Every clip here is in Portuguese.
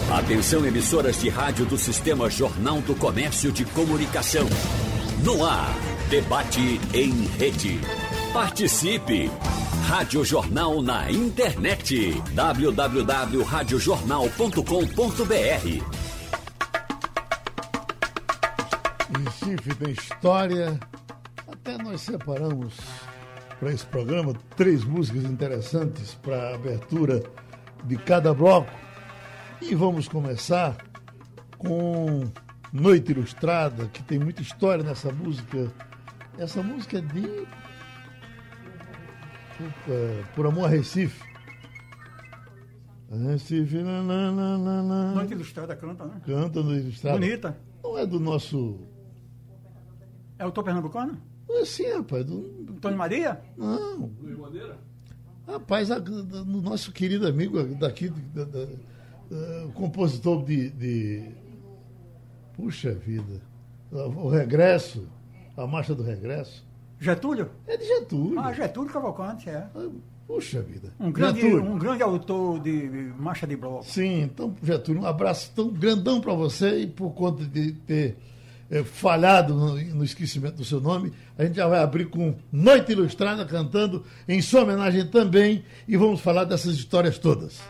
Atenção, emissoras de rádio do Sistema Jornal do Comércio de Comunicação. No ar, debate em rede. Participe! Rádio Jornal na internet. www.radiojornal.com.br. Recife tem história. Até nós separamos para esse programa 3 músicas interessantes para a abertura de cada bloco. E vamos começar com Noite Ilustrada, que tem muita história nessa música. Essa música é de Por Amor a Recife. Recife, Noite Ilustrada canta, né? Canta Noite Ilustrada. Bonita. Não é do nosso... É o Tom Pernambucano? Não é sim, rapaz. Antônio Maria? Não. Rapaz, no nosso querido amigo daqui, compositor de... Puxa vida. O Regresso, a Marcha do Regresso. Getúlio? É de Getúlio. Ah, Getúlio Cavalcante, é. Puxa vida. Um grande autor de Marcha de Bloco. Sim, então, Getúlio, um abraço tão grandão para você, e por conta de ter falhado no esquecimento do seu nome, a gente já vai abrir com Noite Ilustrada, cantando em sua homenagem também, e vamos falar dessas histórias todas.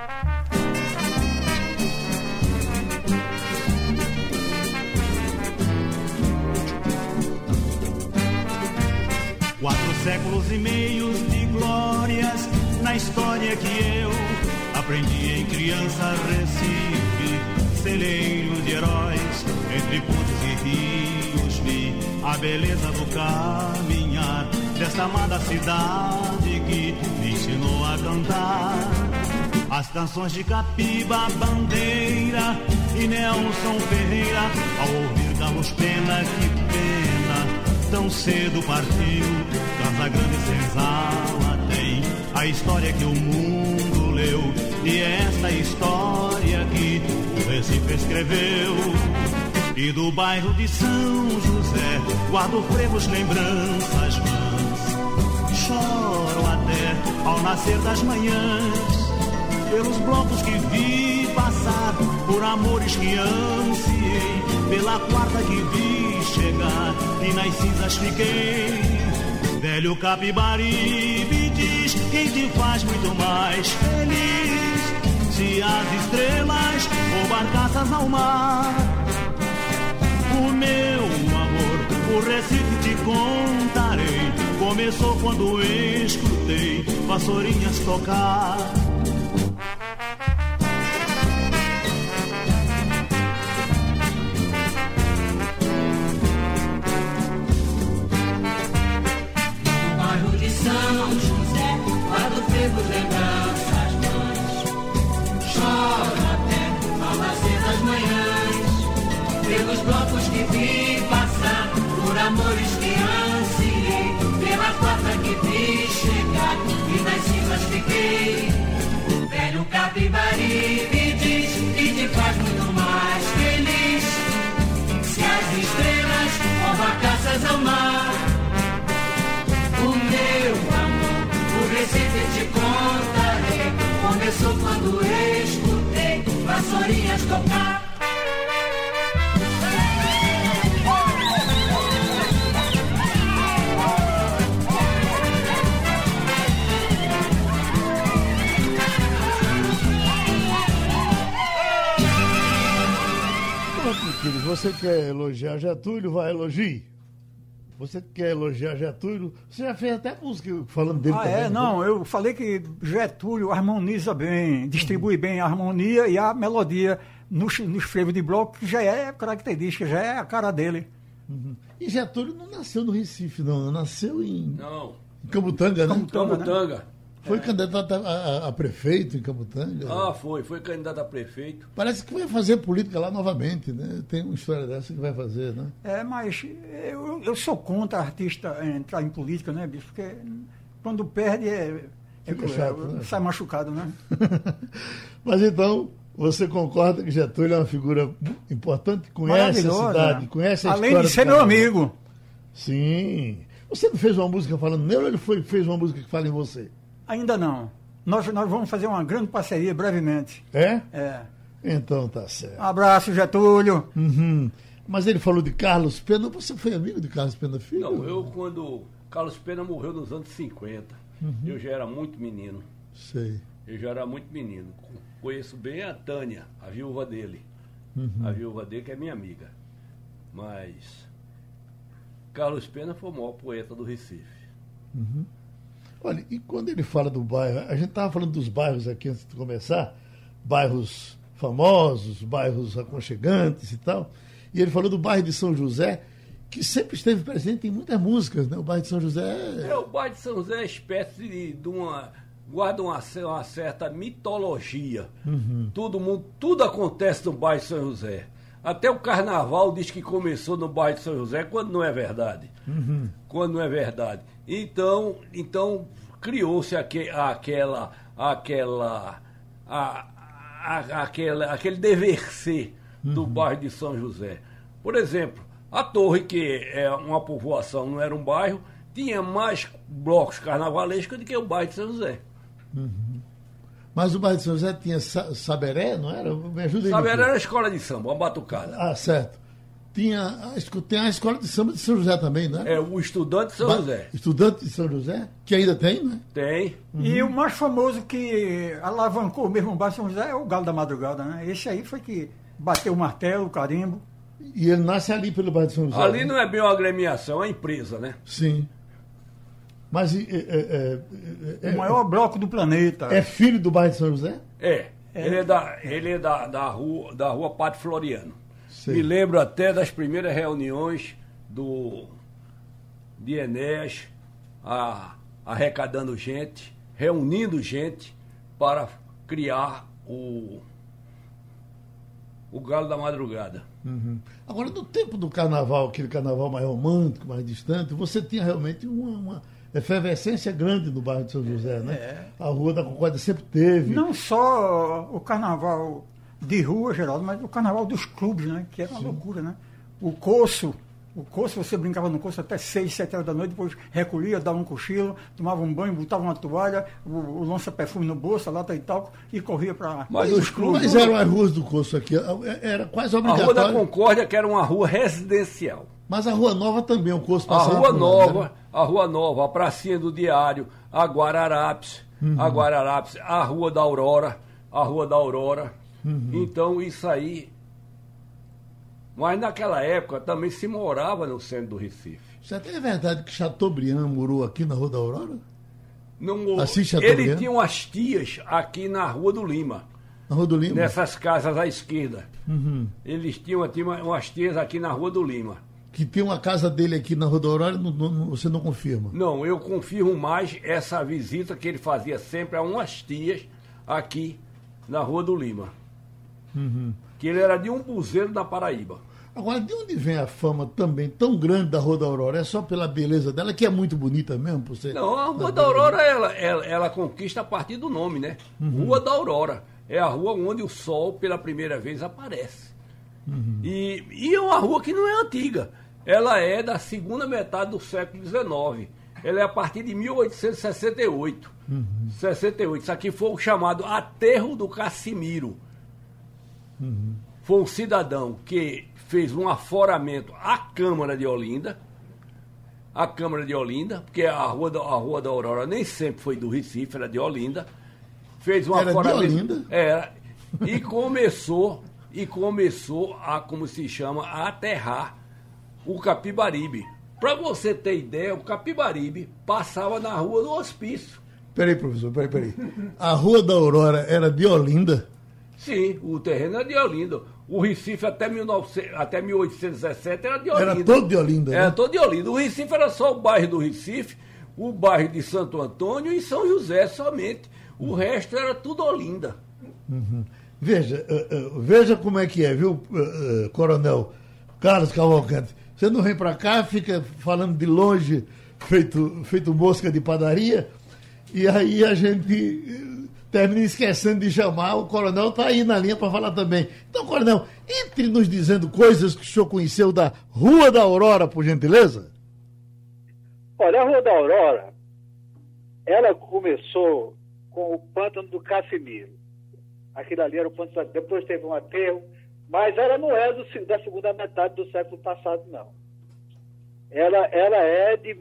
Quatro séculos e meio de glórias na história que eu aprendi em criança. Recife, celeiro de heróis, entre pontes e rios vi a beleza do caminhar desta amada cidade que me ensinou a cantar as canções de Capiba, Bandeira e Nelson Ferreira. Ao ouvir Carlos Pena, que pena, tão cedo partiu. Casa Grande Senzala tem a história que o mundo leu, e é esta história que o Recife escreveu. E do bairro de São José guardo frevos, lembranças vãs. Choro até ao nascer das manhãs pelos blocos que vi passar, por amores que ansiei, pela quarta que vi chegar e nas cinzas fiquei. Velho Capibari, me diz quem te faz muito mais feliz, se as estrelas ou barcaças ao mar. O meu amor, o Recife te contarei, começou quando escutei vassourinhas tocar. Lembranças mães, choro até ao nascer das manhãs, pelos blocos que vi passar, por amores que ansiei, pela quarta que vi chegar e nas cinzas fiquei. Velho Capibari, me diz que te faz muito mais feliz, se as estrelas ou barcaças ao mar. O meu amor, o Recife te contarei, começou quando escutei vassourinhas tocar. Pronto, querido, você quer elogiar Getúlio, vai elogie. Você quer elogiar Getúlio? Você já fez até música falando dele também. Não, eu falei que Getúlio harmoniza bem, distribui bem a harmonia e a melodia nos frevos de bloco, que já é característica, já é a cara dele. Uhum. E Getúlio não nasceu no Recife, não. Nasceu em Camutanga, né? Camutanga. Né? Foi candidato a prefeito em Camutanga. Foi candidato a prefeito. Parece que vai fazer política lá novamente, né? Tem uma história dessa que vai fazer, né? Mas eu sou contra artista entrar em política, né, bicho? Porque quando perde chato, né? Sai machucado, né? Mas então, você concorda que Getúlio é uma figura importante, conhece a cidade, conhece a história. Além de ser meu amigo. Sim. Você não fez uma música falando nele ou ele fez uma música que fala em você? Ainda não. Nós vamos fazer uma grande parceria brevemente. É? É. Então tá certo. Abraço, Getúlio. Uhum. Mas ele falou de Carlos Pena. Você foi amigo de Carlos Pena Filho? Não, eu quando Carlos Pena morreu nos anos 50, eu já era muito menino. Sei. Eu já era muito menino. Conheço bem a Tânia, a viúva dele. A viúva dele que é minha amiga. Mas Carlos Pena foi o maior poeta do Recife. Olha, e quando ele fala do bairro, a gente estava falando dos bairros aqui antes de começar, bairros famosos, bairros aconchegantes e tal, e ele falou do bairro de São José, que sempre esteve presente em muitas músicas, né? O bairro de São José... O bairro de São José é espécie de uma... guarda uma certa mitologia. Tudo acontece no bairro de São José. Até o carnaval diz que começou no bairro de São José, quando não é verdade. Quando não é verdade. Então criou-se aquele dever ser do bairro de São José. Por exemplo, a Torre, que é uma povoação, não era um bairro, tinha mais blocos carnavalescos do que o bairro de São José. Mas o bairro de São José tinha Saberé, não era? Me ajuda aí. Saberé era a escola de samba, uma batucada. Ah, certo. Tem a escola de samba de São José também, não é? É o Estudante de São José. Estudante de São José, que ainda tem, né? Tem. E o mais famoso que alavancou mesmo o bairro de São José é o Galo da Madrugada, né? Esse aí foi que bateu o martelo, o carimbo. E ele nasce ali pelo bairro de São José. Ali não é bem uma agremiação, é uma empresa, né? Sim. Mas O maior bloco do planeta. é filho do bairro de São José? Ele é da rua Padre Floriano. Sei. Me lembro até das primeiras reuniões de Enéas, arrecadando gente, reunindo gente para criar o Galo da Madrugada. Agora, no tempo do carnaval, aquele carnaval mais romântico, mais distante, você tinha realmente uma efervescência grande no bairro de São José, né? A Rua da Concórdia sempre teve. Não só o carnaval de rua, Geraldo, mas o carnaval dos clubes, né? Que era uma loucura, né? O Coço, você brincava no Coço até 6, 7 horas da noite, depois recolhia, dava um cochilo, tomava um banho, botava uma toalha, o lança-perfume no bolso, a lata e tal, e corria para os clubes. Mas eram as ruas do Coço aqui, era quase A obrigatório. Rua da Concórdia, que era uma rua residencial. Mas a Rua Nova também, o Coço A passava Rua por lá, Nova, né? a Rua Nova, a Pracinha do Diário, a Guararapes, a Rua da Aurora. Então, isso aí... Mas naquela época também se morava no centro do Recife. Você até é verdade que Chateaubriand morou aqui na Rua da Aurora? Não, Assim, Chateaubriand? ele tinha umas tias aqui na Rua do Lima. Na Rua do Lima? Nessas casas à esquerda. Eles tinham umas tias aqui na Rua do Lima. Que tem uma casa dele aqui na Rua da Aurora, você não confirma? Não, eu confirmo mais essa visita que ele fazia sempre a umas tias aqui na Rua do Lima. Que ele era de um buzeiro da Paraíba. Agora, de onde vem a fama também tão grande da Rua da Aurora? É só pela beleza dela, que é muito bonita mesmo? Por ser... Não, a Rua da Aurora, ela conquista a partir do nome, né? Rua da Aurora. É a rua onde o sol, pela primeira vez, aparece. E é uma rua que não é antiga. Ela é da segunda metade do século XIX. Ela é a partir de 1868. 68. Isso aqui foi o chamado Aterro do Cassimiro. Foi um cidadão que fez um aforamento à Câmara de Olinda. A Câmara de Olinda, porque a Rua da Aurora nem sempre foi do Recife, era de Olinda. Fez um aforamento. De Olinda? Era. E começou a, como se chama, a aterrar o Capibaribe. Para você ter ideia, o Capibaribe passava na Rua do Hospício. Peraí, professor, peraí. A Rua da Aurora era de Olinda? Sim, o terreno é de Olinda. O Recife até 1817 era de Olinda. Era todo de Olinda, né? Era todo de Olinda. O Recife era só o bairro do Recife, o bairro de Santo Antônio e São José somente. O resto era tudo Olinda. Veja como é que é, viu, Coronel Carlos Cavalcante? Você não vem para cá, fica falando de longe, feito mosca de padaria, e aí a gente termina esquecendo de chamar. O Coronel está aí na linha para falar também. Então, Coronel, entre nos dizendo coisas que o senhor conheceu da Rua da Aurora, por gentileza. Olha, a Rua da Aurora, ela começou com o pântano do Cassimiro. Aquilo ali era o ponto de saída. Depois teve um aterro, mas ela não é da segunda metade do século passado, não. Ela é de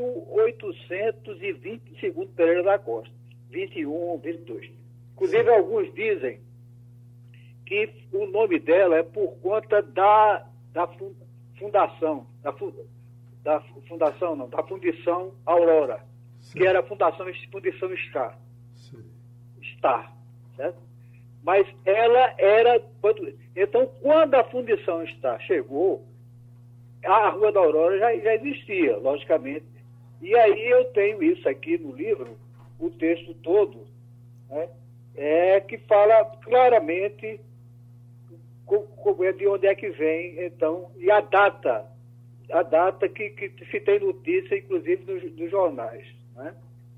1820, segundo Pereira da Costa. 21, 22. Inclusive, alguns dizem que o nome dela é por conta da fundição Aurora, certo. Que era a fundição Star, certo? Mas ela era... Então, quando a fundição Star chegou, a Rua da Aurora já existia, logicamente. E aí eu tenho isso aqui no livro, o texto todo, né, que fala claramente de onde é que vem, então, e a data que se tem notícia, inclusive, nos jornais. Né?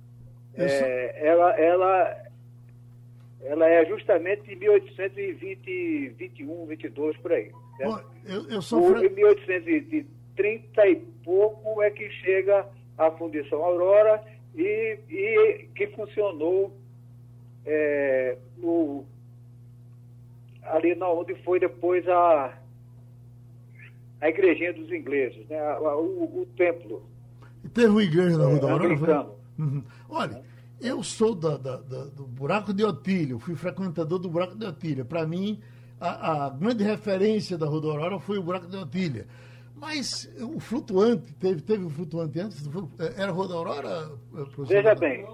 Ela é justamente de 1820, 21, 22, por aí. Em 1830 e pouco é que chega a Fundição Aurora e que funcionou ali onde foi depois a igrejinha dos ingleses, né? O templo. Teve uma igreja na Rua da Aurora? Uhum. Olha, eu sou do Buraco de Otília, fui frequentador do Buraco de Otília. Para mim, a grande referência da Rua da Aurora foi o Buraco de Otília. Mas o flutuante, teve um flutuante antes? Era a Rua da Aurora? Veja bem.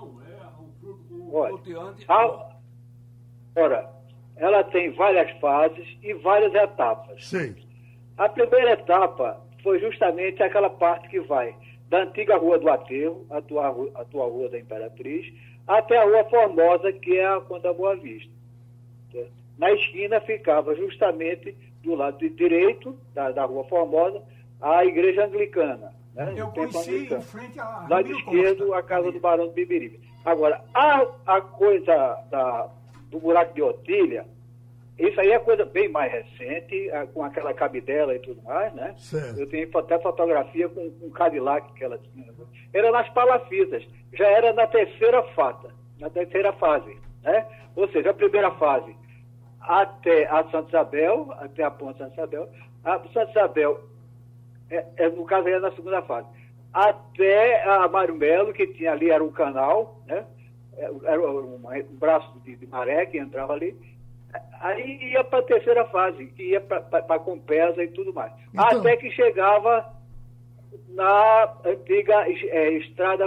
Ora, ela tem várias fases e várias etapas. Sim. A primeira etapa foi justamente aquela parte que vai da antiga Rua do Aterro, a atual Rua da Imperatriz, até a Rua Formosa, que é a Conda Boa Vista. Na esquina ficava justamente do lado direito da Rua Formosa a Igreja Anglicana. Né? Eu conheci em frente à lado esquerdo, a casa do Barão do Bibiribe. Agora, a coisa do Buraco de Otília, isso aí é coisa bem mais recente, com aquela cabidela e tudo mais, né? Certo. Eu tenho até fotografia com um Cadillac que ela tinha. Era nas palafitas, já era na terceira fase, né? Ou seja, a primeira fase até a Santa Isabel, até a Ponte Santa Isabel. A Santa Isabel, no caso, era na segunda fase. Até a Mário Melo, que tinha ali, era um canal, né? Era um braço de maré que entrava ali. Aí ia para a terceira fase, que ia para Compesa e tudo mais. Então, até que chegava na antiga estrada,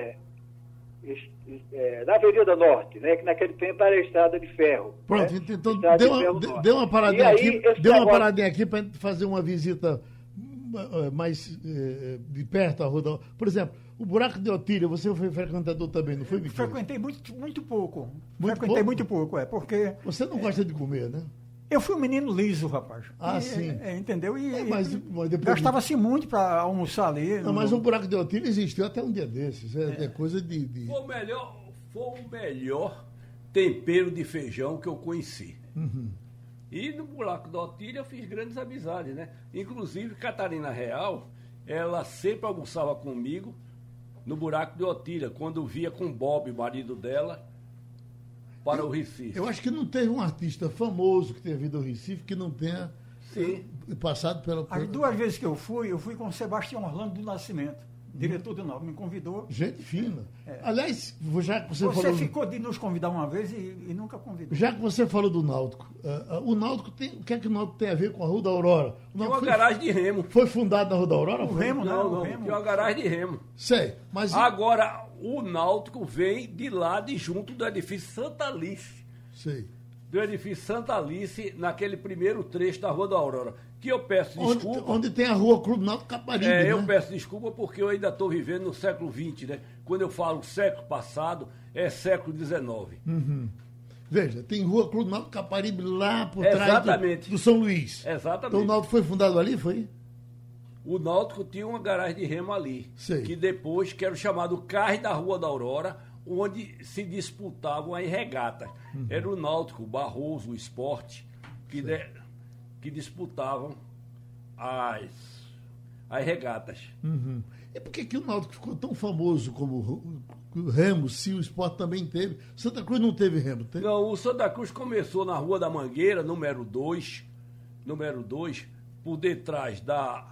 na Avenida Norte, né? Que naquele tempo era a estrada de ferro. Pronto, né? Então deu uma paradinha aqui para fazer uma visita mais de perto à Rua. Por exemplo, o Buraco de Otília, você foi frequentador também, não foi, Miquel? Frequentei muito pouco. Muito pouco, porque... Você não gosta de comer, né? Eu fui um menino liso, rapaz. Sim. Entendeu? Mas depois... Gastava-se muito para almoçar ali. Não, mas o Buraco de Otília existiu até um dia desses. É coisa de... Foi o melhor tempero de feijão que eu conheci. Uhum. E no Buraco da Otília eu fiz grandes amizades, né? Inclusive, Catarina Real, ela sempre almoçava comigo no Buraco de Otília, quando via com Bob, marido dela, para o Recife. Eu acho que não teve um artista famoso que tenha vindo ao Recife que não tenha passado pela... As 2 vezes que eu fui com o Sebastião Orlando do Nascimento, diretor do Náutico, me convidou. Gente fina. Aliás, já que você falou... ficou de nos convidar uma vez e nunca convidou. Já que você falou do Náutico, o Náutico o que é que o Náutico tem a ver com a Rua da Aurora? Tem uma garagem de remo. Foi fundado na Rua da Aurora? O remo, não. Tem uma garagem de remo. Sei, mas... Agora, o Náutico vem de lá de junto do edifício Santa Alice. Sei. Do edifício Santa Alice, naquele primeiro trecho da Rua da Aurora. Que eu peço desculpa. Onde tem a Rua Clube Náutico Caparibe, né? Eu peço desculpa porque eu ainda estou vivendo no século XX, né? Quando eu falo século passado, é século XIX. Uhum. Veja, tem Rua Clube Náutico Caparibe lá por trás do São Luís. Exatamente. Então o Náutico foi fundado ali, foi? O Náutico tinha uma garagem de remo ali. Sei. Que depois, que era o chamado Cais da Rua da Aurora, onde se disputavam as regatas. Uhum. Era o Náutico, o Barroso, o Esporte, que disputavam as regatas. Uhum. E por que o Náutico ficou tão famoso como o Remo, se o Sport também teve? Santa Cruz não teve Remo, teve? Não, o Santa Cruz começou na Rua da Mangueira, número 2, por detrás da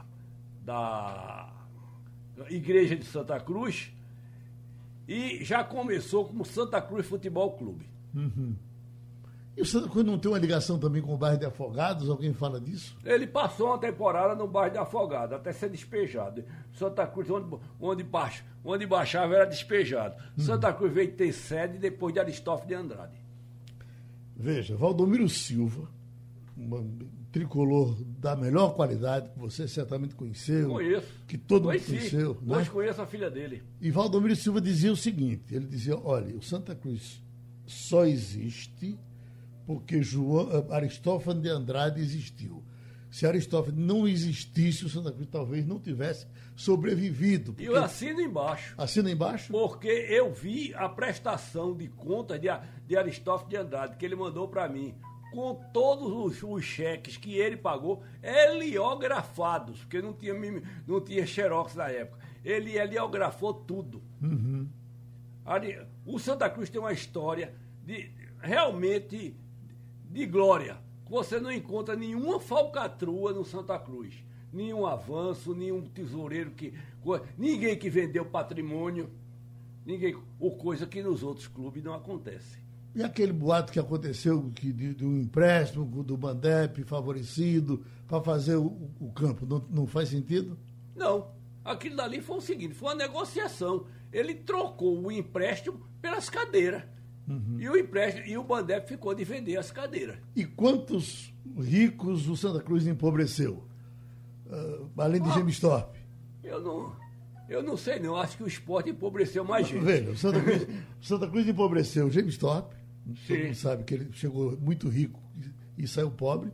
Igreja de Santa Cruz, e já começou como Santa Cruz Futebol Clube. Uhum. E o Santa Cruz não tem uma ligação também com o bairro de Afogados? Alguém fala disso? Ele passou uma temporada no bairro de Afogados, até ser despejado. Santa Cruz, onde baixava, era despejado. Santa Cruz veio ter sede depois de Aristófanes de Andrade. Veja, Valdomiro Silva, tricolor da melhor qualidade, que você certamente conheceu. Conheço. Que todo mundo conheceu. Hoje conheço a filha dele. E Valdomiro Silva dizia o seguinte, ele dizia, olha, o Santa Cruz só existe porque Aristófanes de Andrade existiu. Se Aristófanes não existisse, o Santa Cruz talvez não tivesse sobrevivido. E eu assino embaixo. Assina embaixo? Porque eu vi a prestação de contas de Aristófanes de Andrade, que ele mandou para mim, com todos os cheques que ele pagou, heliografados, porque não tinha xerox na época. Ele heliografou tudo. Uhum. O Santa Cruz tem uma história realmente de glória. Você não encontra nenhuma falcatrua no Santa Cruz. Nenhum avanço, nenhum tesoureiro ninguém que vendeu patrimônio, coisa que nos outros clubes não acontece. E aquele boato que aconteceu de um empréstimo do Bandep favorecido para fazer o campo, não faz sentido? Não. Aquilo dali foi o seguinte, foi uma negociação. Ele trocou o empréstimo pelas cadeiras. Uhum. E o Bandep ficou de vender as cadeiras. E quantos ricos o Santa Cruz empobreceu? Além de Gemistorp? Eu não sei não, acho que o Sport empobreceu mais gente. Veja, o Santa Cruz empobreceu o Gemistorp, todo mundo sabe que ele chegou muito rico e saiu pobre.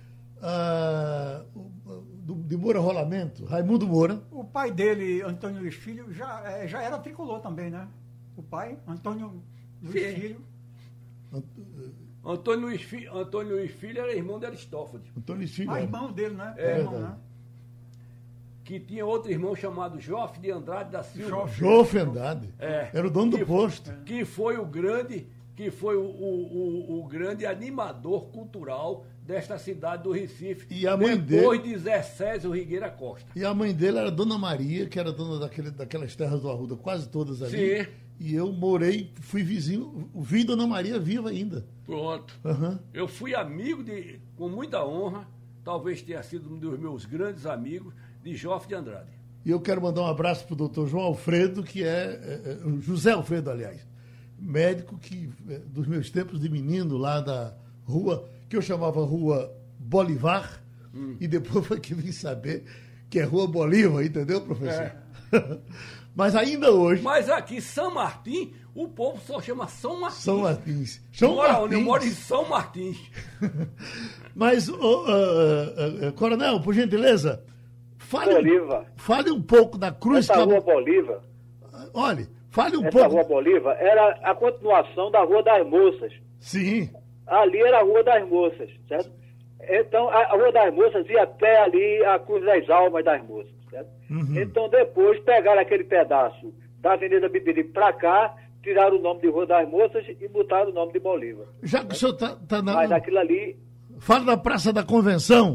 De Moura Rolamento, Raimundo Moura. O pai dele, Antônio Luiz Filho, já era tricolor também, né? O pai, Antônio Luiz Filho. Antônio Luiz Filho era irmão de Aristófanes. Antônio Luiz Filho. Irmão dele, né? Irmão, né? Que tinha outro irmão chamado Jofe de Andrade da Silva. Jofe Andrade. Era o dono do posto. Que foi o grande animador cultural desta cidade do Recife. E a mãe depois de Zé César Rigueira Costa. E a mãe dele era Dona Maria, que era dona daquelas terras do Arruda, quase todas ali. Sim. E eu fui vizinho, vi Dona Maria viva ainda. Pronto. Uhum. Eu fui amigo, com muita honra, talvez tenha sido um dos meus grandes amigos, de Jofe de Andrade. E eu quero mandar um abraço para o doutor João Alfredo, que José Alfredo, aliás, médico dos meus tempos de menino lá da rua, que eu chamava Rua Bolivar, e depois foi que vim saber que é Rua Bolívar, entendeu, professor? Mas ainda hoje... Mas aqui, São Martim, o povo só chama São Martins. São Martins. Eu moro em São Martins. Mas, Coronel, por gentileza, fale um pouco da Cruz... Essa Rua Bolívar... Olha, fale um pouco... Essa Rua Bolívar era a continuação da Rua das Moças. Sim. Ali era a Rua das Moças, certo? Então, a Rua das Moças ia até ali a Cruz das Almas das Moças, certo? Uhum. Então, depois, pegaram aquele pedaço da Avenida Bibiri para cá, tiraram o nome de Rua das Moças e botaram o nome de Bolívar. Já que o senhor está na... Mas aquilo ali... Fala da Praça da Convenção.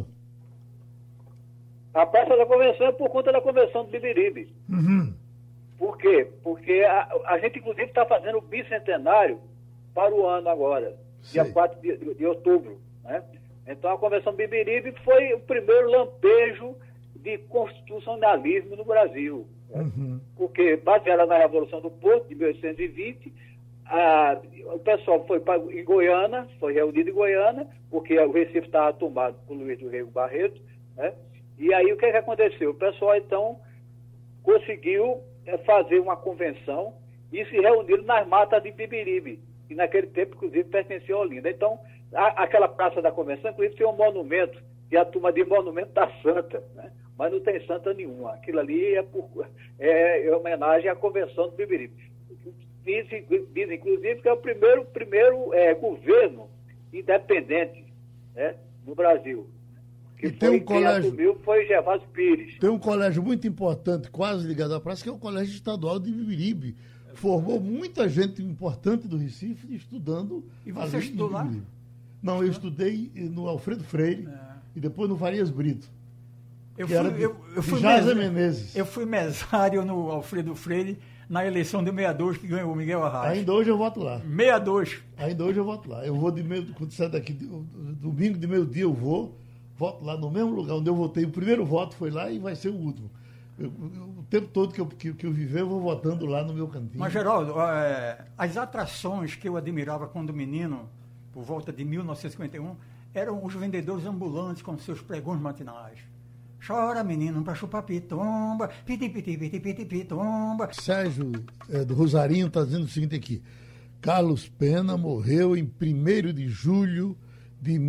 A Praça da Convenção é por conta da Convenção do Bibiribe. Uhum. Por quê? Porque a gente, inclusive, está fazendo o bicentenário para o ano agora, dia 4 de outubro, né? Então, a Convenção do Bibiribe foi o primeiro lampejo de constitucionalismo no Brasil. Né? Uhum. Porque, baseada na Revolução do Porto, de 1820, o pessoal foi em Goiânia, foi reunido em Goiânia, porque o Recife estava tomado por Luiz do Rego Barreto, né? E aí, o que aconteceu? O pessoal, então, conseguiu fazer uma convenção e se reuniram nas matas de Bibiribe, que naquele tempo, inclusive, pertencia a Olinda. Então, aquela Praça da Convenção, inclusive, tem um monumento, que a turma diz Monumento da Santa, né? Mas não tem santa nenhuma. Aquilo ali é homenagem à Convenção do Bibiribe. Diz, inclusive, que é o primeiro governo independente, né, no Brasil. Que E tem foi, um colégio- quem assumiu foi Gervásio Pires. Tem um colégio muito importante, quase ligado à praça, que é o Colégio Estadual de Bibiribe. Formou muita gente importante do Recife estudando. E você ali em estudou lá? Bibiribe. Não, eu estudei no Alfredo Freire e depois no Farias Brito. Eu que era fui, de- eu de fui Jaza mes- Menezes. eu fui mesário no Alfredo Freire na eleição de 62 que ganhou o Miguel Arraes. Ainda hoje eu voto lá. 62. Ainda hoje eu voto lá. Eu vou quando sair daqui, domingo de meio-dia eu voto lá no mesmo lugar onde eu votei. O primeiro voto foi lá e vai ser o último. O tempo todo que eu viver, eu vou votando lá no meu cantinho. Mas, Geraldo, as atrações que eu admirava quando menino, por volta de 1951, eram os vendedores ambulantes com seus pregões matinais. Chora, menino, pra chupar pitomba, piti, piti, piti, piti, pitomba. Sérgio do Rosarinho está dizendo o seguinte aqui. Carlos Pena morreu em 1º de julho de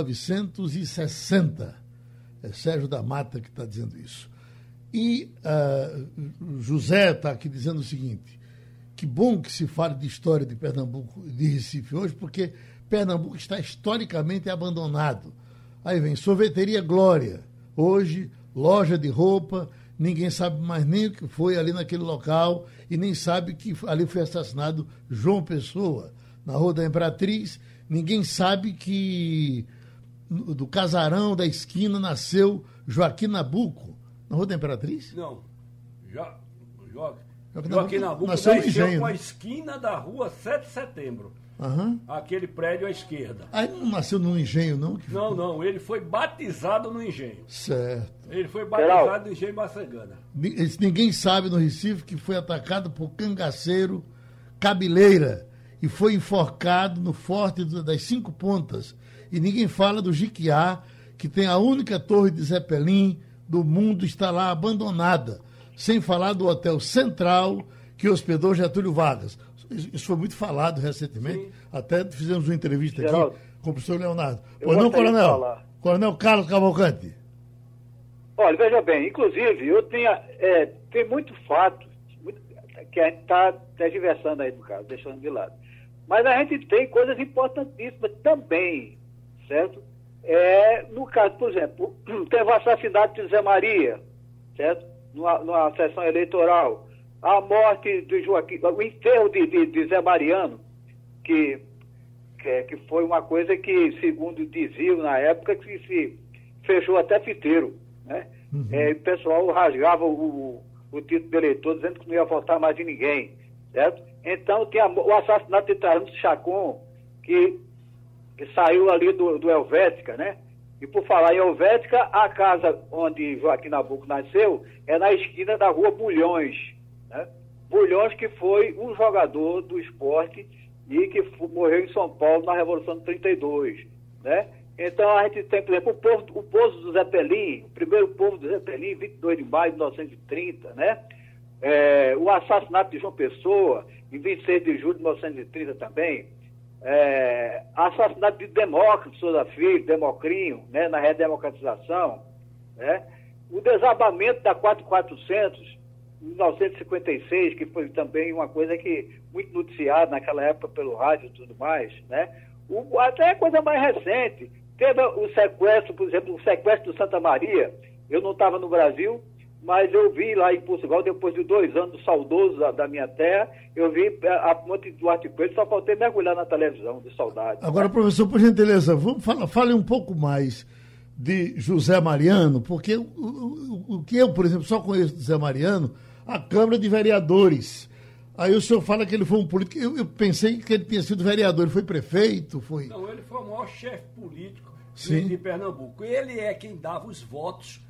1960. É Sérgio da Mata que está dizendo isso. E José está aqui dizendo o seguinte. Que bom que se fale de história de Pernambuco e de Recife hoje, porque Pernambuco está historicamente abandonado. Aí vem Sorveteria Glória. Hoje, loja de roupa, ninguém sabe mais nem o que foi ali naquele local e nem sabe que ali foi assassinado João Pessoa, na Rua da Imperatriz. Ninguém sabe que do casarão da esquina nasceu Joaquim Nabuco, na Rua da Imperatriz? Não. Joaquim Joaquim Nabuco nasceu no nasceu Engenho, com a né? esquina da rua 7 de setembro. Aham. Aquele prédio à esquerda. Aí não nasceu no Engenho, não? Não, ele foi batizado no Engenho. Certo. Ele foi batizado no Engenho Macegana. Ninguém sabe no Recife que foi atacado por cangaceiro Cabeleira e foi enforcado no Forte das Cinco Pontas. E ninguém fala do Jiquiá, que tem a única torre de Zeppelin do mundo, está lá abandonada. Sem falar do Hotel Central, que hospedou Getúlio Vargas. Isso foi muito falado recentemente. Sim. Até fizemos uma entrevista Geraldo, aqui com o professor Leonardo. eu Pois não, gostaria de coronel? falar. Coronel Carlos Cavalcante. Olha, veja bem, inclusive, tem muito fato que a gente está tergiversando aí, no caso, deixando de lado. Mas a gente tem coisas importantíssimas também, certo? No caso, por exemplo, teve o assassinato de Zé Maria, certo? Numa sessão eleitoral. A morte de Joaquim, o enterro de Zé Mariano, que foi uma coisa que, segundo diziam na época, que se fechou até fiteiro, né? Uhum. O pessoal rasgava o título de eleitor, dizendo que não ia votar mais de ninguém, certo? Então, tem o assassinato de Tarântula Chacon, que saiu ali do Helvética, né? E por falar em Helvética, a casa onde Joaquim Nabuco nasceu é na esquina da Rua Bulhões, né? Bulhões, que foi um jogador do esporte e que morreu em São Paulo na Revolução de 32, né? Então a gente tem, por exemplo, o povo do Zeppelin, o primeiro povo do Zeppelin, 22 de maio de 1930, né? O assassinato de João Pessoa, em 26 de julho de 1930 também. Assassinato de Demócrito Souza Filho, Democrinho, né? Na redemocratização, né? O desabamento da 4400, em 1956, que foi também uma coisa que muito noticiada naquela época pelo rádio e tudo mais, né? Até coisa mais recente, teve o sequestro, por exemplo, o sequestro do Santa Maria. Eu não estava no Brasil, mas eu vi lá em Portugal, depois de 2 anos do saudoso da minha terra, eu vi a ponte do Arte Coelho, só faltei mergulhar na televisão, de saudade. Agora, professor, por gentileza, fale um pouco mais de José Mariano, porque o que eu, por exemplo, só conheço de José Mariano, a Câmara de Vereadores. Aí o senhor fala que ele foi um político. Eu pensei que ele tinha sido vereador. Ele foi prefeito? Foi... Não, ele foi o maior chefe político Sim. de Pernambuco. Ele é quem dava os votos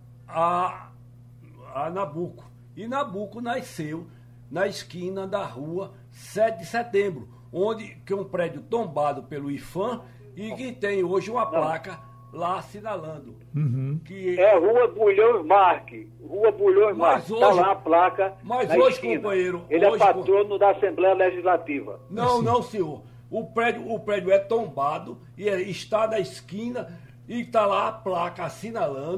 a Nabuco. E Nabuco nasceu na esquina da rua 7 de setembro, que é um prédio tombado pelo IFAM e que tem hoje uma placa lá assinalando. Uhum. Que Rua Bulhões Marque. Rua Bulhões Marque. Está lá a placa. Mas na hoje, esquina. companheiro. Ele hoje, é patrono da Assembleia Legislativa. Não, senhor. O prédio é tombado e está na esquina e está lá a placa assinalando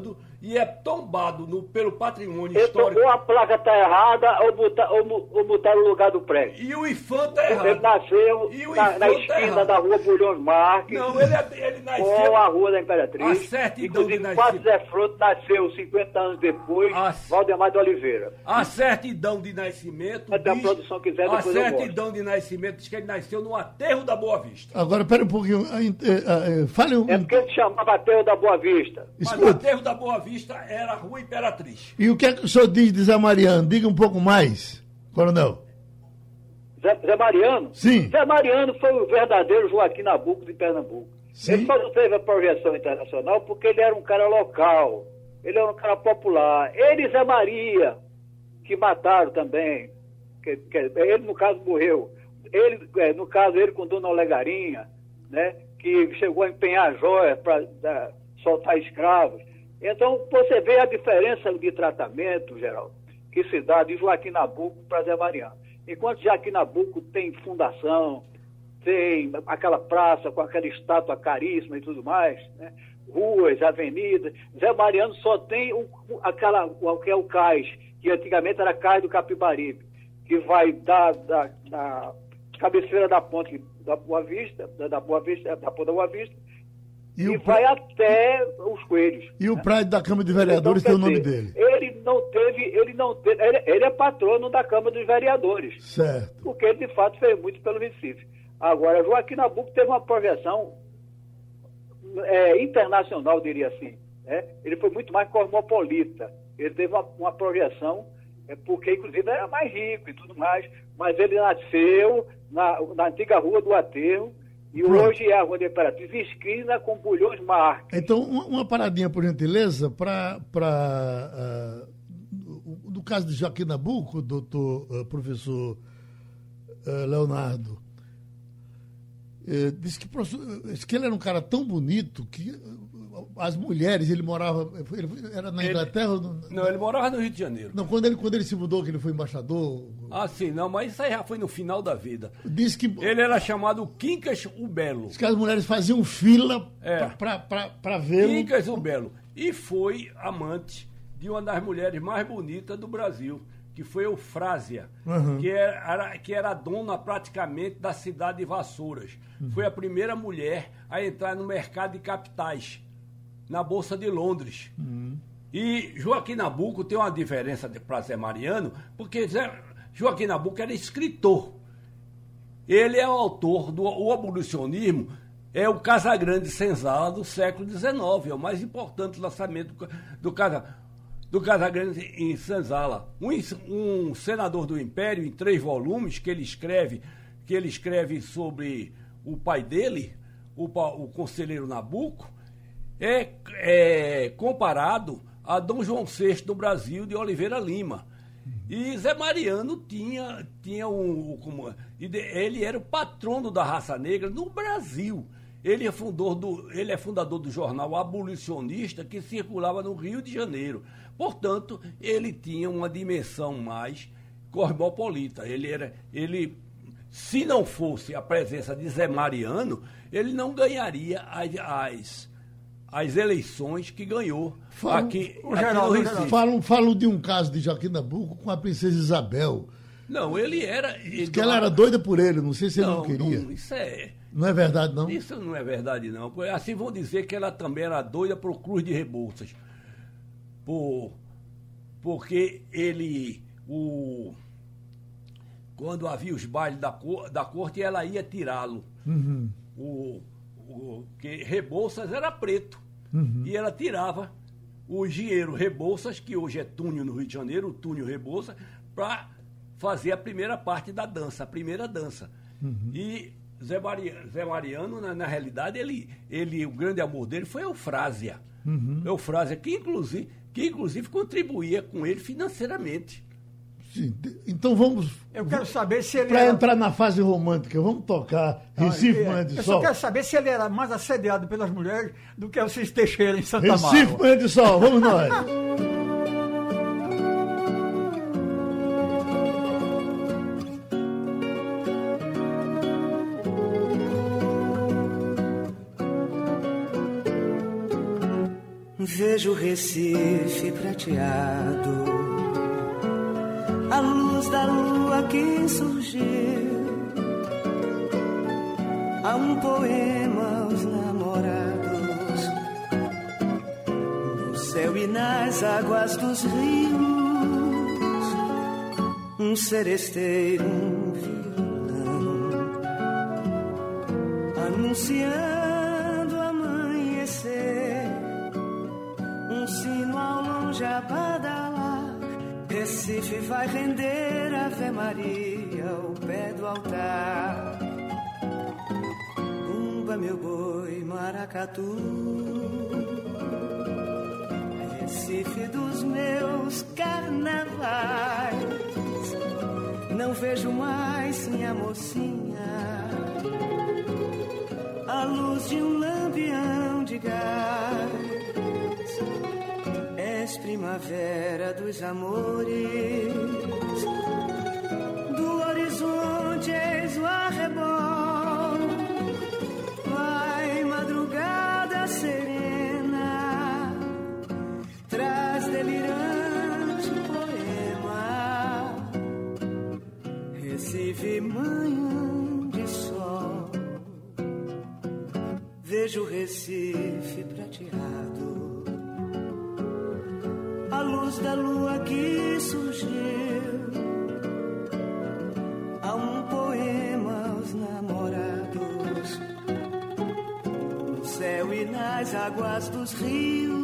e é tombado pelo patrimônio Ele histórico. ou a placa está errada ou botaram o lugar do prédio. E o IFAM está errado. Ele nasceu E o na IFAM tá esquina errado. da rua Bulhões Marques, Não, ele nasceu. com a rua da A Imperatriz. certidão de Inclusive, nascimento. Fábio Zé Froto nasceu 50 anos depois, A- Valdemar de Oliveira. A certidão de nascimento. Se a produção quiser, a depois eu certidão de nascimento diz que ele nasceu no aterro da Boa Vista. Agora, pera um pouquinho. Fale um. É porque ele chamava Aterro da Boa Vista. Mas o Escuta. aterro da Boa Vista era a Rua Imperatriz. E o que é que o senhor diz de Zé Mariano? Diga um pouco mais, coronel. Zé Mariano? Sim. Zé Mariano foi o verdadeiro Joaquim Nabuco de Pernambuco. Sim. Ele só não teve a projeção internacional porque ele era um cara local, ele era um cara popular. Ele e Zé Maria, que mataram também, ele no caso morreu. Ele, no caso, ele com Dona Olegarinha, né, que chegou a empenhar joias para soltar escravos. Então, você vê a diferença de tratamento, Geraldo, que se dá de Joaquim Nabuco para Zé Mariano. Enquanto Joaquim Nabuco tem fundação, tem aquela praça com aquela estátua caríssima e tudo mais, né? Ruas, avenidas, Zé Mariano só tem o que é o cais, que antigamente era cais do Capibaribe, que vai da cabeceira da ponte da Boa Vista, da ponte da Boa Vista, e vai até os Coelhos. E o né? prédio da Câmara de Vereadores Então, tem o quer nome dizer, dele. ele é patrono da Câmara dos Vereadores, Certo. porque ele de fato fez muito pelo Recife. Agora, Joaquim Nabuco teve uma projeção internacional, diria assim, né? Ele foi muito mais cosmopolita, ele teve uma projeção, porque inclusive era mais rico e tudo mais, mas ele nasceu na antiga Rua do Aterro, e Pronto. hoje é a Rua da Imperatriz, esquina com Bulhões Marques. Então, uma paradinha, por gentileza, no caso de Joaquim Nabuco, professor Leonardo, disse que ele era um cara tão bonito que as mulheres, ele era na Inglaterra? Não, ele morava no Rio de Janeiro. Não, quando ele se mudou, que ele foi embaixador. Ah, sim, não, mas isso aí já foi no final da vida. Disse que Ele era chamado Quincas o Belo. as mulheres faziam fila para vê-lo. Quincas o Belo. E foi amante de uma das mulheres mais bonitas do Brasil, que foi Eufrásia, Uhum. que era dona praticamente da cidade de Vassouras. Foi a primeira mulher a entrar no mercado de capitais, na Bolsa de Londres. E Joaquim Nabuco tem uma diferença para Zé Mariano, porque Joaquim Nabuco era escritor. Ele é o autor do abolicionismo, é o Casagrande Senzala do século XIX, é o mais importante lançamento do Casagrande em Senzala. Um senador do Império, em 3 volumes, que ele escreve sobre o pai dele, o conselheiro Nabuco, é comparado a Dom João VI do Brasil, de Oliveira Lima. E Zé Mariano tinha ele era o patrono da raça negra no Brasil. Ele é fundador do jornal Abolicionista, que circulava no Rio de Janeiro. Portanto, ele tinha uma dimensão mais cosmopolita. Se não fosse a presença de Zé Mariano, ele não ganharia as eleições que ganhou aqui no Recife. Falam de um caso de Joaquim Nabuco com a princesa Isabel. Não, ele era... Diz que ela era doida por ele, não sei se ele não queria. Não, Não é verdade, não? Isso não é verdade, não. Assim vão dizer que ela também era doida por Cruz de Rebouças. Porque quando havia os bailes da corte, ela ia tirá-lo. Uhum. Que Rebouças era preto. Uhum. E ela tirava o engenheiro Rebouças, que hoje é Túnio no Rio de Janeiro, o Túnio Rebouças, para fazer a primeira parte da dança, a primeira dança. Uhum. E Zé Mariano, na realidade, o grande amor dele foi Eufrásia. Uhum. Eufrásia, que inclusive contribuía com ele financeiramente. Sim. Então vamos... Eu quero saber se ele Para entrar na fase romântica, vamos tocar Recife Manhã de Eu Sol. só quero saber se ele era mais assediado pelas mulheres do que o Cis Teixeira em Santa Recife Mágoa. Manhã de Sol, vamos nós. Vejo o Recife prateado, a luz da lua que surgiu. Há um poema aos namorados, no céu e nas águas dos rios. Um seresteiro, um violão, anunciando amanhecer. Um sino ao longe a badalar. Recife vai render Ave Maria ao pé do altar. Bumba meu boi, maracatu, Recife dos meus carnavais. Não vejo mais minha mocinha, a luz de um lampião de gás. És primavera dos amores, do horizonte és o arrebol. Vai madrugada serena, traz delirante poema. Recife, manhã de sol, vejo o Recife prateado, a luz da lua que surgiu. Há um poema aos namorados, no céu e nas águas dos rios.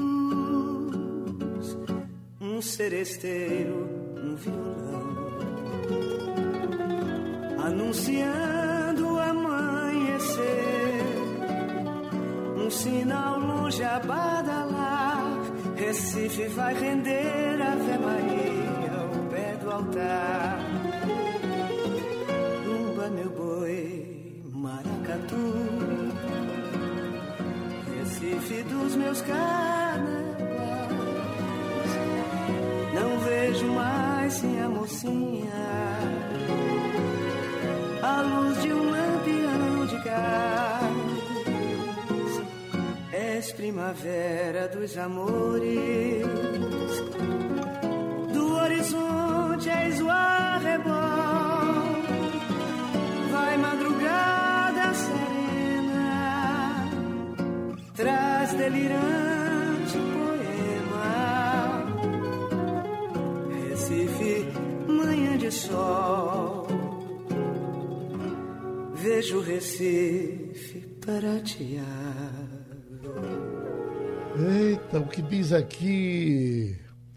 Um seresteiro, um violão, anunciando o amanhecer. Um sinal longe a badalar. Recife vai render Ave Maria ao pé do altar. Bumba meu boi, maracatu, Recife dos meus carnavais. Não vejo mais minha mocinha, a luz de um lampião de gás. És primavera dos amores, do horizonte és o arrebol. Vai madrugada serena, traz delirante poema. Recife, manhã de sol, vejo o Recife prateado. Eita, o que diz aqui...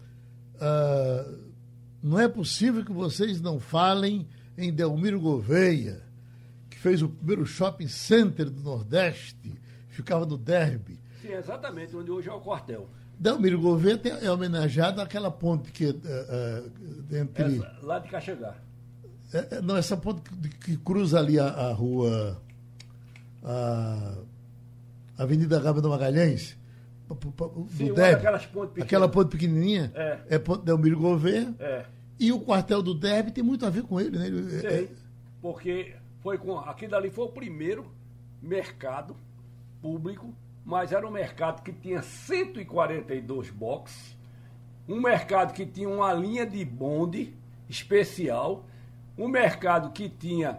não é possível que vocês não falem em Delmiro Gouveia, que fez o primeiro shopping center do Nordeste, ficava no Derby. Sim, exatamente, onde hoje é o quartel. Delmiro Gouveia é homenageado àquela ponte que entre... Lá de Caxangá. Não, essa ponte que cruza ali a rua... a Avenida Gabriel Magalhães, Sim, do Derby, aquela ponte pequenininha, é ponte Delmiro Gouveia, e o quartel do Derby tem muito a ver com ele, né? Sim, porque aquilo dali foi o primeiro mercado público, mas era um mercado que tinha 142 boxes, um mercado que tinha uma linha de bonde especial, um mercado que tinha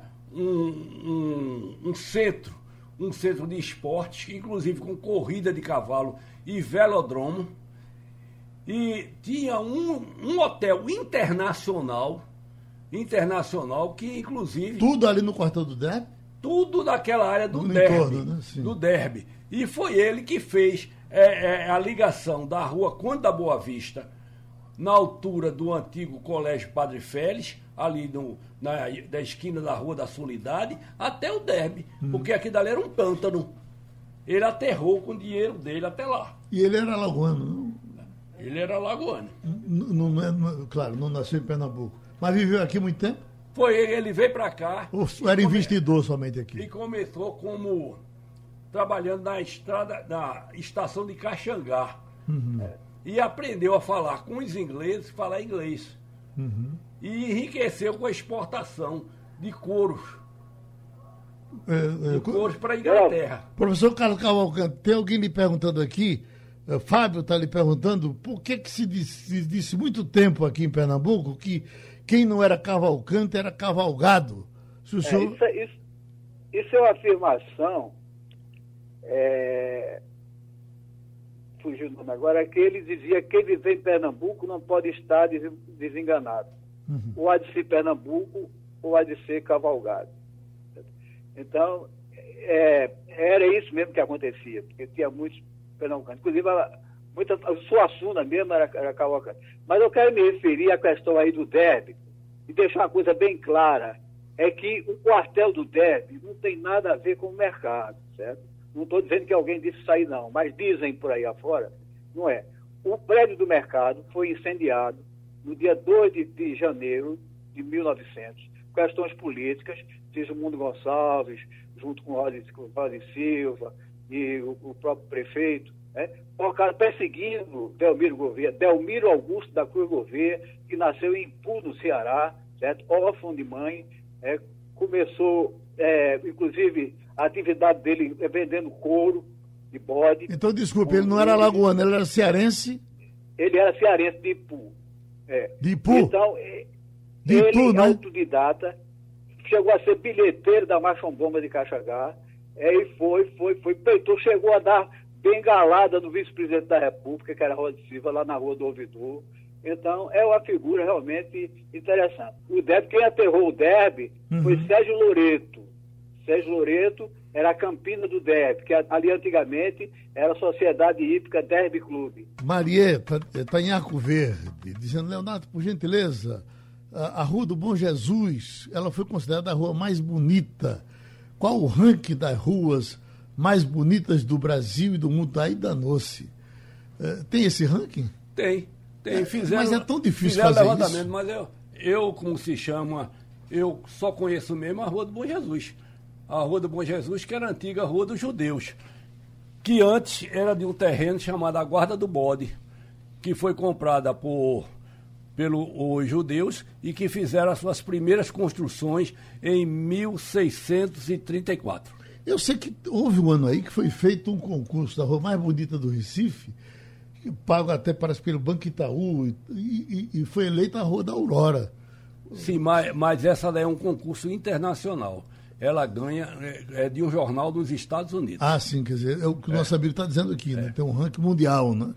um centro de esportes, inclusive com corrida de cavalo e velodromo, e tinha um hotel internacional que inclusive... Tudo ali no quartel do Derby? Tudo daquela área do Derby, entorno, né? Do Derby. E foi ele que fez a ligação da rua Conde da Boa Vista, na altura do antigo Colégio Padre Félix, ali da esquina da Rua da Solidade, até o Derby, porque aqui dali era um pântano. Ele aterrou com o dinheiro dele até lá. E ele era alagoano, não? Ele era alagoano. Claro, não nasceu em Pernambuco. Mas viveu aqui muito tempo? Foi ele veio para cá. Ou era investidor somente aqui? E começou trabalhando na estação de Caxangá. E aprendeu a falar com os ingleses, falar inglês. E enriqueceu com a exportação de couros. Couros para a Inglaterra. Professor Carlos Cavalcante, tem alguém lhe perguntando aqui, Fábio está lhe perguntando por que se disse muito tempo aqui em Pernambuco que quem não era cavalcante era cavalgado. Se o senhor... Isso é uma afirmação, fugiu o nome agora, que ele dizia que quem vive em Pernambuco não pode estar desenganado. Ou há de ser Pernambuco, ou há de ser cavalgado. Então, era isso mesmo que acontecia, porque tinha muitos pernambucanos. Inclusive, a Suassuna mesmo era cavalcante. Mas eu quero me referir à questão aí do derby e deixar uma coisa bem clara, é que o quartel do derby não tem nada a ver com o mercado, certo? Não estou dizendo que alguém disse isso aí não, mas dizem por aí afora, não é. O prédio do mercado foi incendiado no dia 2 de janeiro de 1900, questões políticas, Sigismundo Gonçalves, junto com Rosa Silva e o próprio prefeito, né, colocaram perseguindo Delmiro Augusto da Cruz Gouveia, que nasceu em Ipu, no Ceará, certo? Órfão de mãe, começou, inclusive, a atividade dele vendendo couro de bode. Então, desculpe, ele não era alagoano, ele era cearense? Ele era cearense de Ipu. De Ipu? Então, de ele, Ipu, né? autodidata, chegou a ser bilheteiro da Machombomba de Caxangá, e peitou, chegou a dar bengalada no vice-presidente da República, que era Rosa Silva, lá na Rua do Ouvidor. Então, é uma figura realmente interessante. O derby, quem aterrou o derby foi Sérgio Loreto. Sérgio Loreto era a campina do derby, que ali antigamente era a Sociedade Hípica Derby Clube. Marieta está em Arco Verde, dizendo, Leonardo, por gentileza, a Rua do Bom Jesus, ela foi considerada a rua mais bonita. Qual o ranking das ruas mais bonitas do Brasil e do mundo? Aí danou-se. Tem esse ranking? Tem. Fizeram, mas é tão difícil fazer levantamento, isso. Mas eu, como se chama, eu só conheço mesmo a Rua do Bom Jesus. A Rua do Bom Jesus, que era a antiga Rua dos Judeus, que antes era de um terreno chamado a Guarda do Bode, que foi comprada pelos judeus e que fizeram as suas primeiras construções em 1634. Eu sei que houve um ano aí que foi feito um concurso da rua mais bonita do Recife, que pago até parece pelo Banco Itaú, e foi eleita a Rua da Aurora. Sim, mas essa daí é um concurso internacional. Ela ganha, de um jornal dos Estados Unidos. Ah, sim, quer dizer, é o que o nosso amigo está dizendo aqui, né? Tem um ranking mundial, né?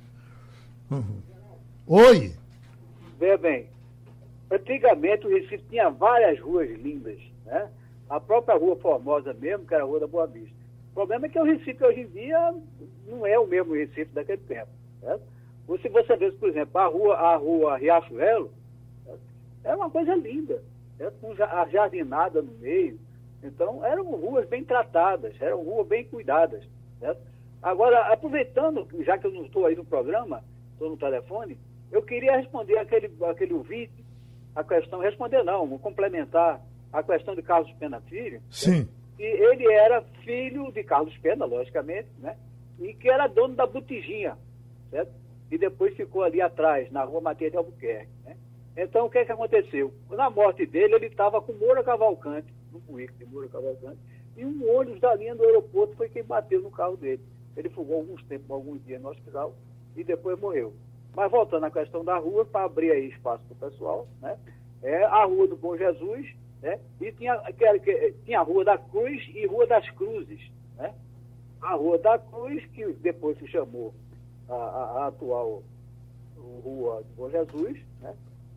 Oi! Veja bem, antigamente o Recife tinha várias ruas lindas, né? A própria Rua Formosa mesmo, que era a Rua da Boa Vista. O problema é que o Recife hoje em dia não é o mesmo Recife daquele tempo, certo? Se você vê, por exemplo, a rua Riachuelo, certo? Era uma coisa linda, certo? Com a jardinada no meio. Então, eram ruas bem tratadas, eram ruas bem cuidadas, certo? Agora, aproveitando, já que eu não estou aí no programa, estou no telefone, eu queria responder aquele ouvinte, a questão, responder não, complementar a questão de Carlos Pena Filho. Sim. E ele era filho de Carlos Pena, logicamente, né? E que era dono da Botijinha, certo? E depois ficou ali atrás, na Rua Matias de Albuquerque, né? Então, o que aconteceu? Na morte dele, ele estava com Moura Cavalcante, no Buíque de Moura Cavalcante, e um ônibus da linha do aeroporto foi quem bateu no carro dele. Ele fugou alguns dias no hospital e depois morreu. Mas voltando à questão da rua, para abrir aí espaço para o pessoal, né? É a Rua do Bom Jesus, né? E tinha a Rua da Cruz e Rua das Cruzes, né? A Rua da Cruz, que depois se chamou a atual Rua do Bom Jesus, né?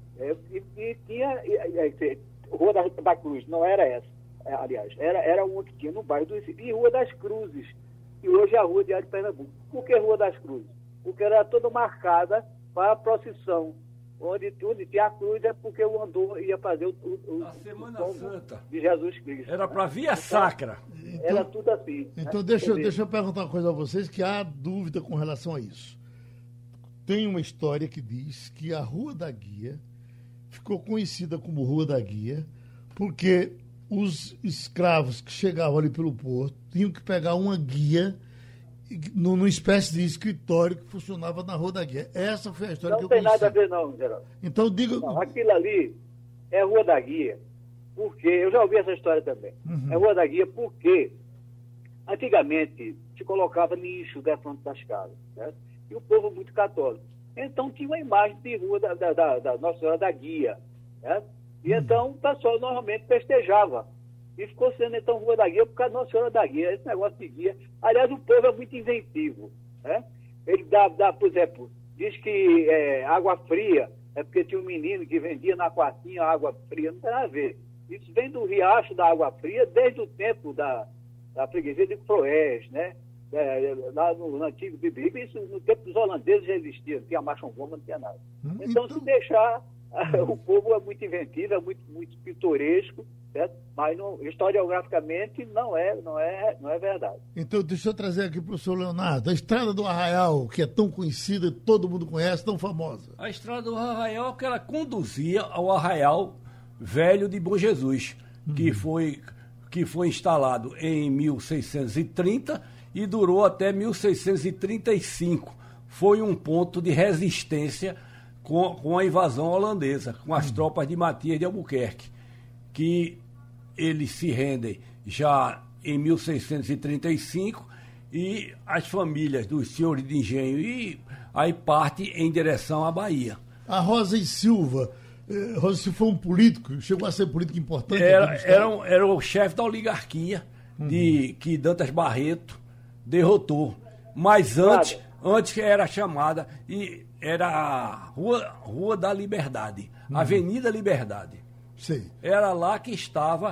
E tinha Rua da Cruz, não era essa, aliás, era uma que tinha no bairro do Recife, e Rua das Cruzes, que hoje é a Rua Diário de Pernambuco. Por que Rua das Cruzes? Porque era toda marcada para a procissão. Onde tinha a cruz é porque o andor ia fazer a Semana Santa de Jesus Cristo. Era para Via Sacra. Então, era tudo assim. Então, né? deixa eu perguntar uma coisa a vocês, que há dúvida com relação a isso. Tem uma história que diz que a Rua da Guia ficou conhecida como Rua da Guia porque os escravos que chegavam ali pelo porto tinham que pegar uma guia numa espécie de escritório que funcionava na Rua da Guia. Essa foi a história que eu conheci. Não tem nada a ver não, Geraldo. Então diga... Não, aquilo ali é Rua da Guia, porque... Eu já ouvi essa história também. É Rua da Guia porque antigamente se colocava nicho defronte das casas, certo? e um povo muito católico. Então tinha uma imagem de rua da Nossa Senhora da Guia, né? E então o pessoal normalmente festejava. E ficou sendo então Rua da Guia por causa da Nossa Senhora da Guia, esse negócio de guia. Aliás, o povo é muito inventivo, né? Ele dá, por exemplo, diz que água fria é porque tinha um menino que vendia na quartinha água fria, não tem nada a ver. Isso vem do riacho da água fria desde o tempo da freguesia de Proés, né? Lá no antigo Bibi, isso no tempo dos holandeses já existia, não tinha machongoma, não tinha nada. Então, se deixar, o povo é muito inventivo, é muito, muito pitoresco, certo? Mas historiograficamente não é verdade. Então, deixa eu trazer aqui para o senhor Leonardo, a Estrada do Arraial, que é tão conhecida, todo mundo conhece, tão famosa. A Estrada do Arraial é que ela conduzia ao Arraial Velho de Bom Jesus, que foi instalado em 1630 e durou até 1635. Foi um ponto de resistência com a invasão holandesa, com as tropas de Matias de Albuquerque, que eles se rendem já em 1635 e as famílias dos senhores de engenho e aí parte em direção à Bahia. A Rosa e Silva foi um político, chegou a ser político importante. Era o chefe da oligarquia que Dantas Barreto derrotou. Mas antes era chamada, e era a Rua da Liberdade, Avenida Liberdade. Sim. Era lá que estava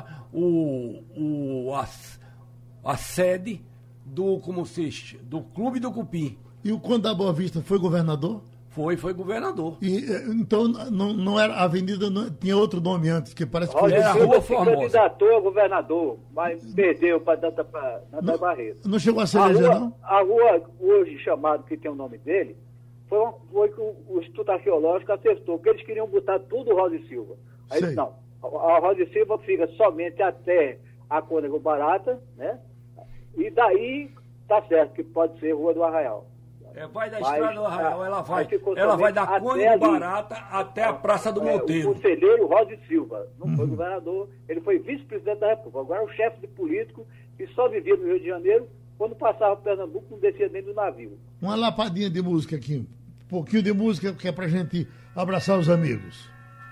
a sede do Clube do Cupim. E o Conde da Boa Vista foi governador? Foi governador. E, então, não era a avenida, tinha outro nome antes, que parece que era a Rua Formosa. Candidatou a governador, mas perdeu para Dantas Barreto. Não chegou a ser eleger, não? A rua, hoje chamada, que tem o nome dele, foi que o Instituto Arqueológico acertou, que eles queriam botar tudo Rosa e Silva. Aí disse, não, a Rosa e Silva fica somente até a Cônego Barata, né? E daí tá certo que pode ser Rua do Arraial. Vai da Estrada do Arraial, ela vai da Cônego Barata até a Praça do Monteiro. O conselheiro Rosa e Silva não foi governador, ele foi vice-presidente da República. Agora é o chefe de político que só vivia no Rio de Janeiro, quando passava por Pernambuco não descia nem do navio. Uma lapadinha de música aqui, um pouquinho de música que é pra gente abraçar os amigos.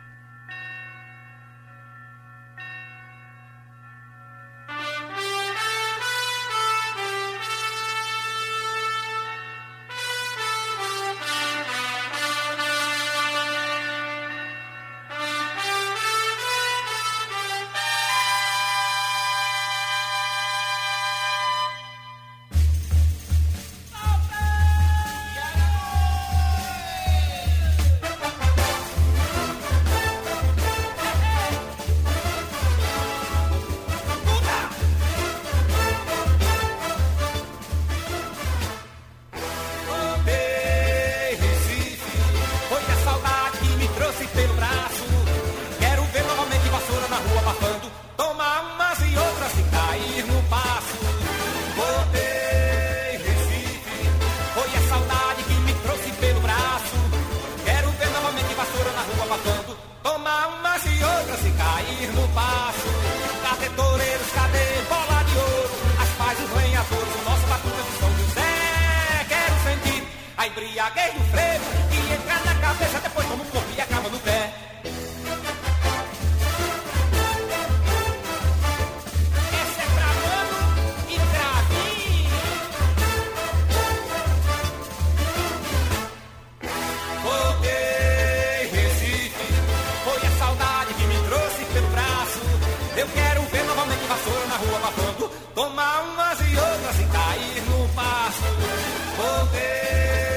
Embriaguez do frevo e entra na cabeça, depois toma um corpo e acaba no pé. Essa é pra mano e Cravinho. Voltei, Recife, foi a saudade que me trouxe pelo braço. Eu quero ver novamente vassoura na rua babando, tomar umas e outras e cair no passo. Voltei.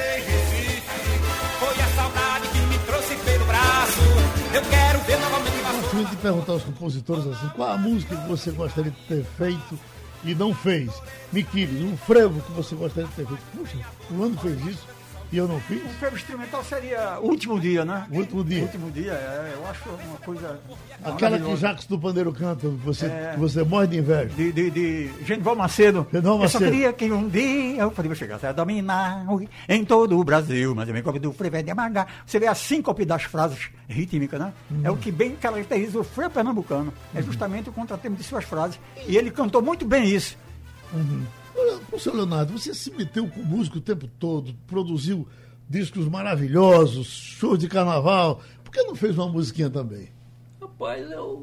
Eu quero ver novamente vassoura. Eu te perguntar aos compositores assim, qual a música que você gostaria de ter feito e não fez? Miquiles, um frevo que você gostaria de ter feito. Puxa, o fulano fez isso e eu não fiz? O frevo instrumental seria O Último Dia, né? O Último Dia. O Último Dia, eu acho uma coisa. Aquela que Jacques do Pandeiro canta, que você morre de inveja. De Genival Macedo. Eu só queria que um dia eu poderia chegar a dominar em todo o Brasil, mas eu me copio do frevo é de amargar. Você vê a síncope das frases rítmicas, né? É o que bem caracteriza o frevo pernambucano. É justamente o contratempo de suas frases. E ele cantou muito bem isso. Olha, professor Leonardo, você se meteu com música o tempo todo, produziu discos maravilhosos, shows de carnaval. Por que não fez uma musiquinha também? Rapaz,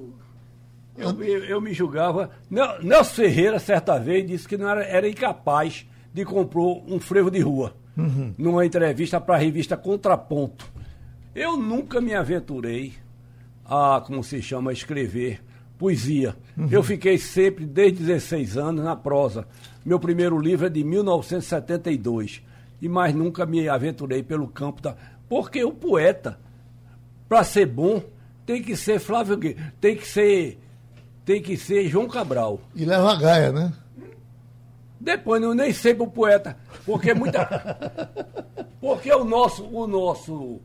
eu me julgava. Nelson Ferreira, certa vez, disse que não era incapaz de comprar um frevo de rua, numa entrevista para a revista Contraponto. Eu nunca me aventurei a, como se chama, escrever poesia. Eu fiquei sempre, desde 16 anos, na prosa. Meu primeiro livro é de 1972. E mais nunca me aventurei pelo campo da... Porque o poeta, para ser bom, tem que ser Flávio Guedes, tem que ser João Cabral. E leva a Gaia, né? Depois, eu nem sei pro poeta, porque porque o nosso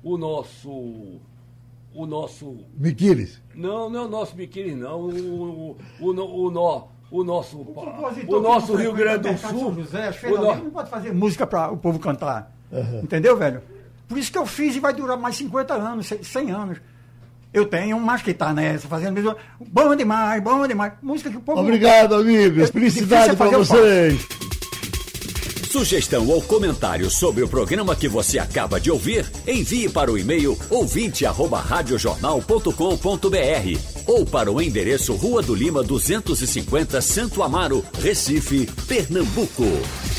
Miquiles. Não é o nosso Miquiles, não. O nosso Rio Grande do Sul. José, não pode fazer música para o povo cantar. Entendeu, velho? Por isso que eu fiz e vai durar mais 50 anos, 100 anos. Eu tenho um mais que tá nessa, fazendo mesmo. Bom demais. Música que o povo... Obrigado, amigos. Felicidade para vocês. Sugestão ou comentário sobre o programa que você acaba de ouvir, envie para o e-mail ouvinte@radiojornal.com.br ou para o endereço Rua do Lima 250, Santo Amaro, Recife, Pernambuco.